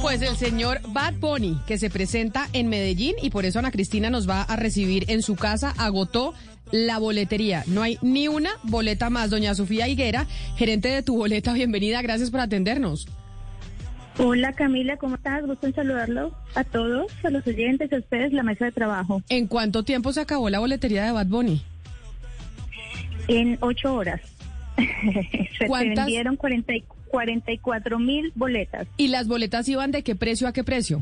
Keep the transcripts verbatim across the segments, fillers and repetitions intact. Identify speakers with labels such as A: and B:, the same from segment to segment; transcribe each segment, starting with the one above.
A: Pues el señor Bad Bunny, que se presenta en Medellín y por eso Ana Cristina nos va a recibir en su casa, agotó la boletería. No hay ni una boleta más. Doña Sofía Higuera, gerente de Tu Boleta, bienvenida, gracias por atendernos.
B: Hola Camila, ¿cómo estás? Gusto en saludarlos a todos, a los oyentes, a ustedes, la mesa de trabajo.
A: ¿En cuánto tiempo se acabó la boletería de Bad Bunny?
B: En ocho horas. Se
A: ¿Cuántas?
B: vendieron cuarenta y cuatro mil boletas.
A: ¿Y las boletas iban de qué precio a qué precio?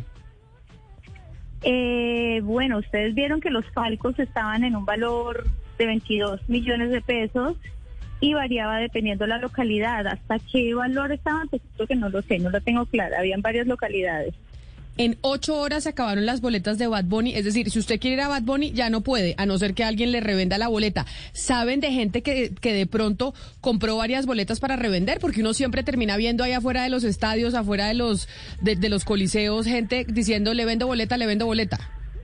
B: Eh, bueno, ustedes vieron que los palcos estaban en un valor de veintidós millones de pesos y variaba dependiendo la localidad. ¿Hasta qué valor estaban? Pues creo que no lo sé, no lo tengo claro. Habían varias localidades.
A: En ocho horas se acabaron las boletas de Bad Bunny, es decir, si usted quiere ir a Bad Bunny ya no puede, a no ser que alguien le revenda la boleta. ¿Saben de gente que, que de pronto compró varias boletas para revender? Porque uno siempre termina viendo ahí afuera de los estadios, afuera de los, de, de los coliseos, gente diciendo le vendo boleta, le vendo boleta.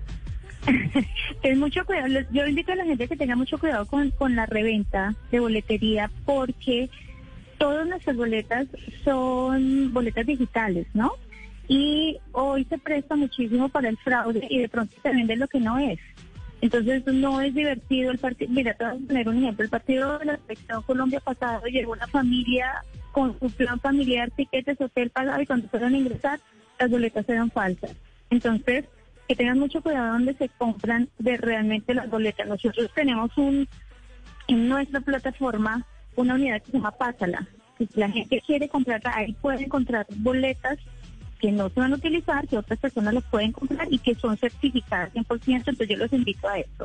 B: Ten mucho cuidado, yo invito a la gente que tenga mucho cuidado con, con la reventa de boletería, porque todas nuestras boletas son boletas digitales, ¿no? Y hoy se presta muchísimo para el fraude y de pronto se vende lo que no es. Entonces no es divertido el partido. Mira, te voy a poner un ejemplo. El partido de la selección Colombia pasado llegó una familia con su plan familiar, tiquetes, hotel pagado, y cuando fueron a ingresar, las boletas eran falsas. Entonces, que tengan mucho cuidado donde se compran de realmente las boletas. Nosotros tenemos un en nuestra plataforma una unidad que se llama Pásala. Si la gente quiere comprarla, ahí puede encontrar boletas que no se van a utilizar, que otras personas las pueden comprar y que son certificadas cien por ciento, entonces yo los invito a esto.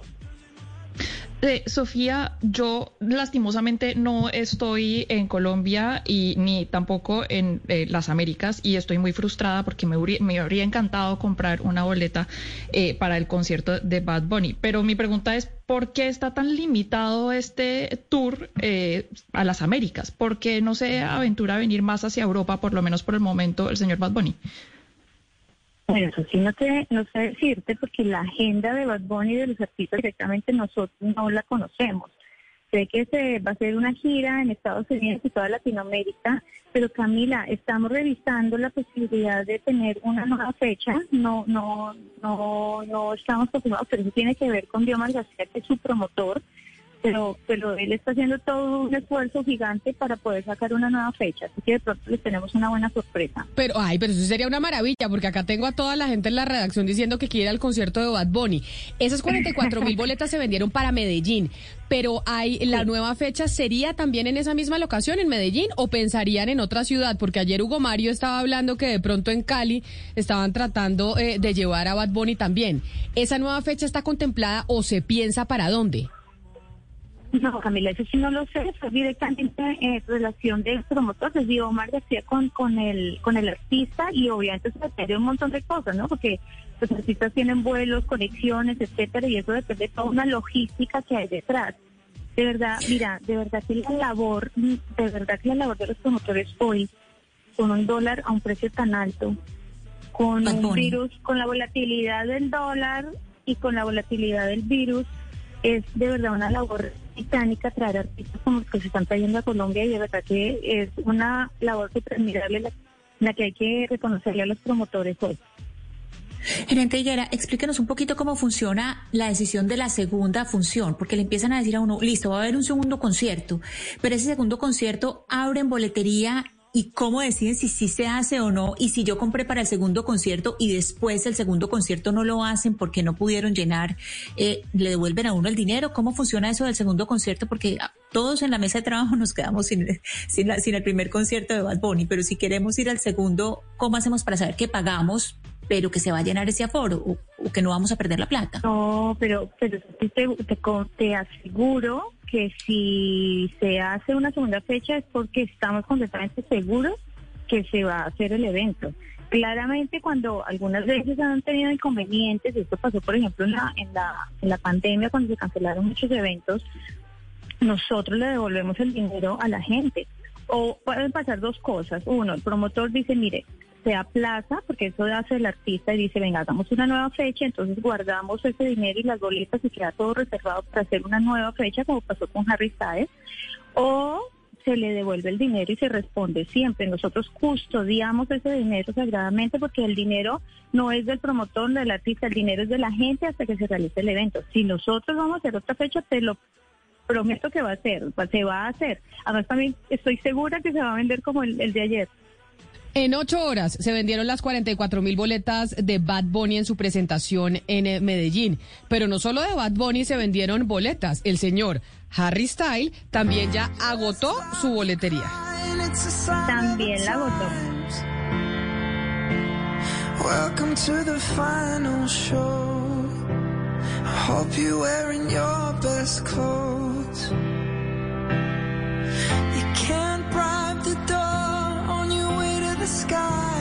C: Eh, Sofía, yo lastimosamente no estoy en Colombia y ni tampoco en eh, las Américas y estoy muy frustrada porque me, hubiera, me habría encantado comprar una boleta eh, para el concierto de Bad Bunny. Pero mi pregunta es, ¿por qué está tan limitado este tour eh, a las Américas? ¿Por qué no se aventura a venir más hacia Europa, por lo menos por el momento, el señor Bad Bunny?
B: Bueno, eso sí no sé, no sé decirte, porque la agenda de Bad Bunny de los artistas directamente nosotros no la conocemos. Sé que se va a hacer una gira en Estados Unidos y toda Latinoamérica, pero Camila, estamos revisando la posibilidad de tener una nueva fecha. No, no, no, no estamos confirmados, pero eso tiene que ver con Diomar García, que es su promotor. Pero, pero él está haciendo todo un esfuerzo gigante para poder sacar una nueva fecha, así que de pronto les tenemos una buena sorpresa.
A: Pero, ay, pero eso sería una maravilla, porque acá tengo a toda la gente en la redacción diciendo que quiere ir al concierto de Bad Bunny. Esas cuarenta y cuatro mil boletas se vendieron para Medellín, pero hay la sí. nueva fecha, ¿sería también en esa misma locación, en Medellín, o pensarían en otra ciudad? Porque ayer Hugo Mario estaba hablando que de pronto en Cali estaban tratando eh, de llevar a Bad Bunny también. ¿Esa nueva fecha está contemplada o se piensa para dónde?
B: No, Camila, eso sí no lo sé, es directamente en relación del promotor, es decir, Omar García con, con, el, con el artista, y obviamente se depende de un montón de cosas, ¿no? Porque los artistas tienen vuelos, conexiones, etcétera, y eso depende de toda una logística que hay detrás. De verdad, mira, de verdad que la labor, de verdad que la labor de los promotores hoy, con un dólar a un precio tan alto, con un virus, con la volatilidad del dólar y con la volatilidad del virus, es de verdad una labor titánica traer artistas como los que se están trayendo a Colombia, y de verdad que es una labor súper admirable la, la que hay que reconocerle a los promotores hoy.
D: Gerente Higuera, explíquenos un poquito cómo funciona la decisión de la segunda función, porque le empiezan a decir a uno, listo, va a haber un segundo concierto, pero ese segundo concierto abre en boletería. ¿Y cómo deciden si sí se hace o no? Y si yo compré para el segundo concierto y después el segundo concierto no lo hacen porque no pudieron llenar, eh, ¿le devuelven a uno el dinero? ¿Cómo funciona eso del segundo concierto? Porque todos en la mesa de trabajo nos quedamos sin, sin, la, sin el primer concierto de Bad Bunny, pero si queremos ir al segundo, ¿cómo hacemos para saber que pagamos, pero que se va a llenar ese aforo o, o que no vamos a perder la plata?
B: No, pero, pero te, te, te aseguro que si se hace una segunda fecha es porque estamos completamente seguros que se va a hacer el evento. Claramente, cuando algunas veces han tenido inconvenientes, esto pasó por ejemplo en la, en la, en la pandemia, cuando se cancelaron muchos eventos, nosotros le devolvemos el dinero a la gente. O pueden pasar dos cosas. Uno, el promotor dice, mire, se aplaza, porque eso hace el artista y dice, venga, hagamos una nueva fecha, entonces guardamos ese dinero y las boletas y queda todo reservado para hacer una nueva fecha, como pasó con Harry Styles. O se le devuelve el dinero y se responde siempre. Nosotros custodiamos ese dinero sagradamente porque el dinero no es del promotor, del artista, el dinero es de la gente hasta que se realice el evento. Si nosotros vamos a hacer otra fecha, te lo prometo que va a ser, se va a hacer. Además también estoy segura que se va a vender como el, el de ayer.
A: En ocho horas se vendieron las cuarenta y cuatro mil boletas de Bad Bunny en su presentación en eh, Medellín. Pero no solo de Bad Bunny se vendieron boletas. El señor Harry Styles también ya agotó su boletería.
B: También la agotó.
E: Welcome to the final show. I hope you're wearing your best clothes. You can't bribe the door on your way to the sky.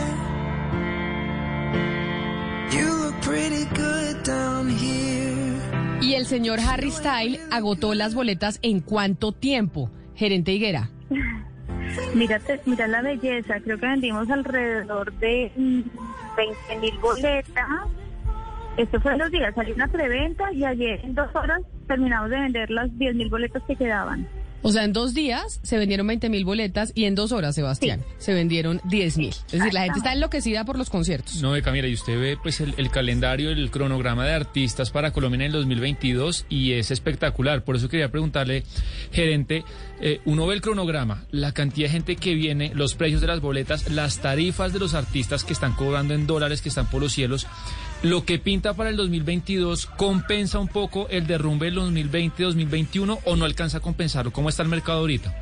E: You look pretty good down here.
A: Y el señor Harry Styles agotó las boletas ¿en cuánto tiempo? Gerente Higuera.
B: Mírate, mira la belleza, creo que vendimos alrededor de veinte mil boletas. Esto fue en los días, salió una preventa y ayer en dos horas terminamos de vender las diez mil boletas que quedaban.
A: O sea, en dos días se vendieron veinte mil boletas y en dos horas, Sebastián, sí, se vendieron diez mil. Es decir, la gente está enloquecida por los conciertos.
F: No, Beca, mira, y usted ve pues el, el calendario, el cronograma de artistas para Colombia en el dos mil veintidós y es espectacular. Por eso quería preguntarle, gerente, eh, uno ve el cronograma, la cantidad de gente que viene, los precios de las boletas, las tarifas de los artistas que están cobrando en dólares, que están por los cielos. ¿Lo que pinta para el dos mil veintidós compensa un poco el derrumbe del dos mil veinte dos mil veintiuno o no alcanza a compensarlo? ¿Cómo está el mercado ahorita?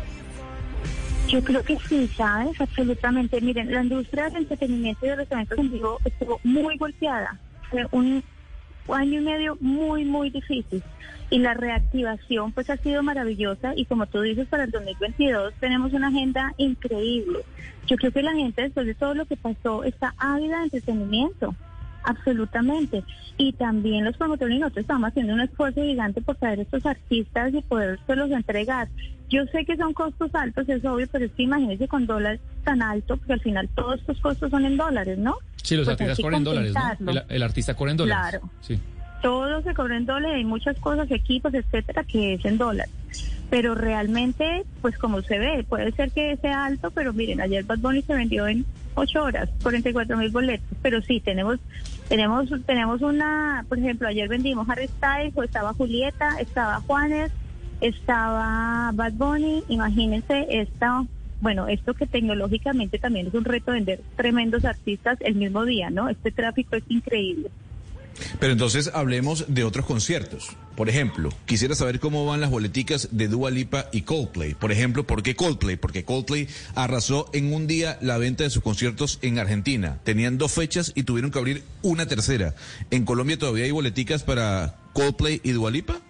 B: Yo creo que sí, ¿sabes? Absolutamente. Miren, la industria del entretenimiento y de los eventos en vivo estuvo muy golpeada. Fue un año y medio muy, muy difícil. Y la reactivación pues ha sido maravillosa y como tú dices, para el dos mil veintidós tenemos una agenda increíble. Yo creo que la gente, después de todo lo que pasó, está ávida de entretenimiento. Absolutamente. Y también los promotores y nosotros estamos haciendo un esfuerzo gigante por traer estos artistas y poderlos entregar. Yo sé que son costos altos, es obvio, pero es que imagínense con dólares tan alto, porque al final todos estos costos son en dólares, ¿no?
F: Sí, los
B: pues
F: artistas cobran en dólares, ¿no? El, el artista cobra en dólares.
B: Claro.
F: Sí.
B: Todo se cobra en dólares, hay muchas cosas, equipos, etcétera, que es en dólares. Pero realmente, pues como se ve, puede ser que sea alto, pero miren, ayer Bad Bunny se vendió en ocho horas, cuarenta y cuatro mil boletos, pero sí, tenemos tenemos tenemos una, por ejemplo, ayer vendimos Harry Styles, o estaba Julieta, estaba Juanes, estaba Bad Bunny, imagínense esta, bueno, esto que tecnológicamente también es un reto vender tremendos artistas el mismo día, ¿no? Este tráfico es increíble.
G: Pero entonces hablemos de otros conciertos. Por ejemplo, quisiera saber cómo van las boleticas de Dua Lipa y Coldplay. Por ejemplo, ¿por qué Coldplay? Porque Coldplay arrasó en un día la venta de sus conciertos en Argentina. Tenían dos fechas y tuvieron que abrir una tercera. ¿En Colombia todavía hay boleticas para Coldplay y Dua Lipa?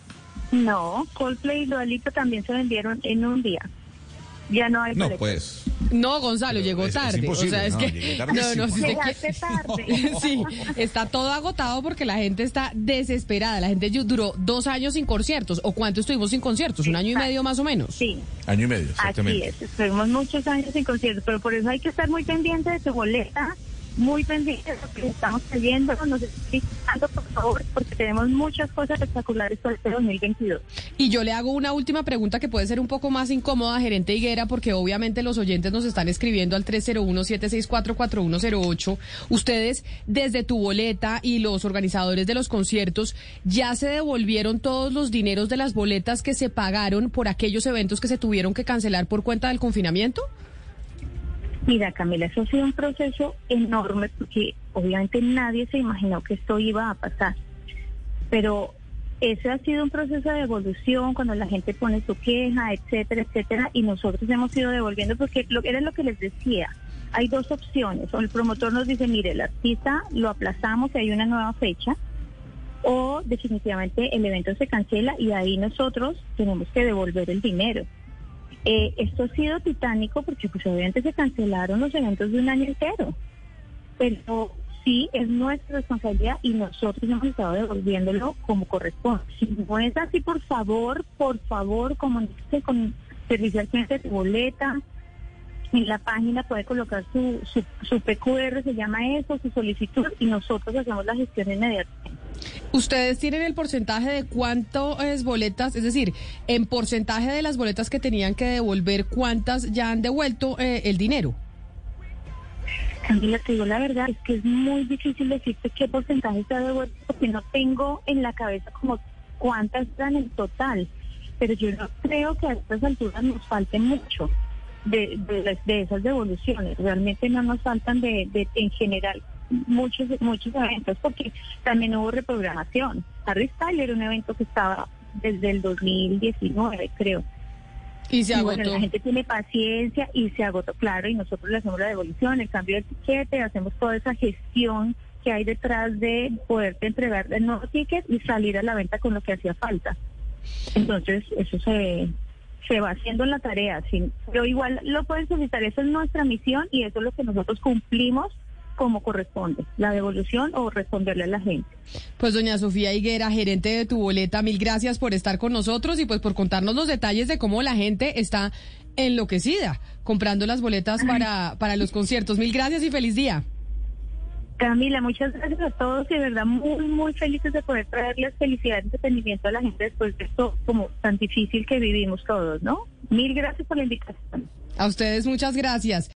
B: No, Coldplay y Dua Lipa también se vendieron en un día. Ya no hay
G: No,
B: boletos.
G: pues...
A: No, Gonzalo, llegó
G: es,
A: tarde.
G: es
A: o sea, es
G: no,
A: que
G: tarde,
A: no, no,
G: sí,
A: si usted
B: Llegaste tarde.
A: quiere- sí, está todo agotado porque la gente está desesperada. La gente duró dos años sin conciertos. ¿O cuánto estuvimos sin conciertos? Un año y medio más o menos.
B: Sí,
G: Año y medio,
B: así
G: exactamente.
B: es. Estuvimos muchos años sin conciertos, pero por eso hay que estar muy pendiente de tu boleta, muy pendiente de lo que estamos trayendo, nos estoy dando, por favor, porque tenemos muchas cosas espectaculares para este dos mil veintidós.
A: Y yo le hago una última pregunta que puede ser un poco más incómoda, gerente Higuera, porque obviamente los oyentes nos están escribiendo al tres cero uno, siete seis cuatro, cuatro uno cero ocho. Ustedes, desde tu boleta y los organizadores de los conciertos, ¿ya se devolvieron todos los dineros de las boletas que se pagaron por aquellos eventos que se tuvieron que cancelar por cuenta del confinamiento?
B: Mira, Camila, eso ha sido un proceso enorme porque obviamente nadie se imaginó que esto iba a pasar. Pero ese ha sido un proceso de evolución cuando la gente pone su queja, etcétera, etcétera, y nosotros hemos ido devolviendo porque lo, era lo que les decía. Hay dos opciones, o el promotor nos dice, mire, el artista lo aplazamos y hay una nueva fecha, o definitivamente el evento se cancela y ahí nosotros tenemos que devolver el dinero. Eh, esto ha sido titánico porque pues obviamente se cancelaron los eventos de un año entero, pero sí es nuestra responsabilidad y nosotros hemos estado devolviéndolo como corresponde. Si no es así, por favor, por favor, comuníquese con servicio al cliente de boleta. En la página puede colocar su, su, su P Q R, se llama eso, su solicitud, y nosotros hacemos la gestión inmediata.
A: ¿Ustedes tienen el porcentaje de cuántas boletas, es decir, en porcentaje de las boletas que tenían que devolver, cuántas ya han devuelto eh, el dinero?
B: Camila, te digo la verdad, es que es muy difícil decirte qué porcentaje se ha devuelto, porque no tengo en la cabeza como cuántas están en total, pero yo no creo que a estas alturas nos falte mucho de, de, de esas devoluciones. Realmente no nos faltan de, de en general muchos muchos eventos, porque también hubo reprogramación. Harry Styles era un evento que estaba desde el dos mil diecinueve, creo.
A: Y se agotó.
B: Y bueno, la gente tiene paciencia y se agotó, claro, y nosotros le hacemos la devolución, el cambio de tiquete, hacemos toda esa gestión que hay detrás de poderte entregar el nuevo ticket y salir a la venta con lo que hacía falta. Entonces, eso se, se va haciendo en la tarea, ¿sí? Pero igual lo pueden solicitar, eso es nuestra misión y eso es lo que nosotros cumplimos como corresponde, la devolución o responderle a la gente.
A: Pues doña Sofía Higuera, gerente de Tu Boleta, mil gracias por estar con nosotros y pues por contarnos los detalles de cómo la gente está enloquecida comprando las boletas para, para los conciertos. Mil gracias y feliz día.
B: Camila, muchas gracias a todos y de verdad muy, muy felices de poder traerles felicidad y entretenimiento a la gente después de esto como tan difícil que vivimos todos, ¿no? Mil gracias por la invitación.
A: A ustedes muchas gracias.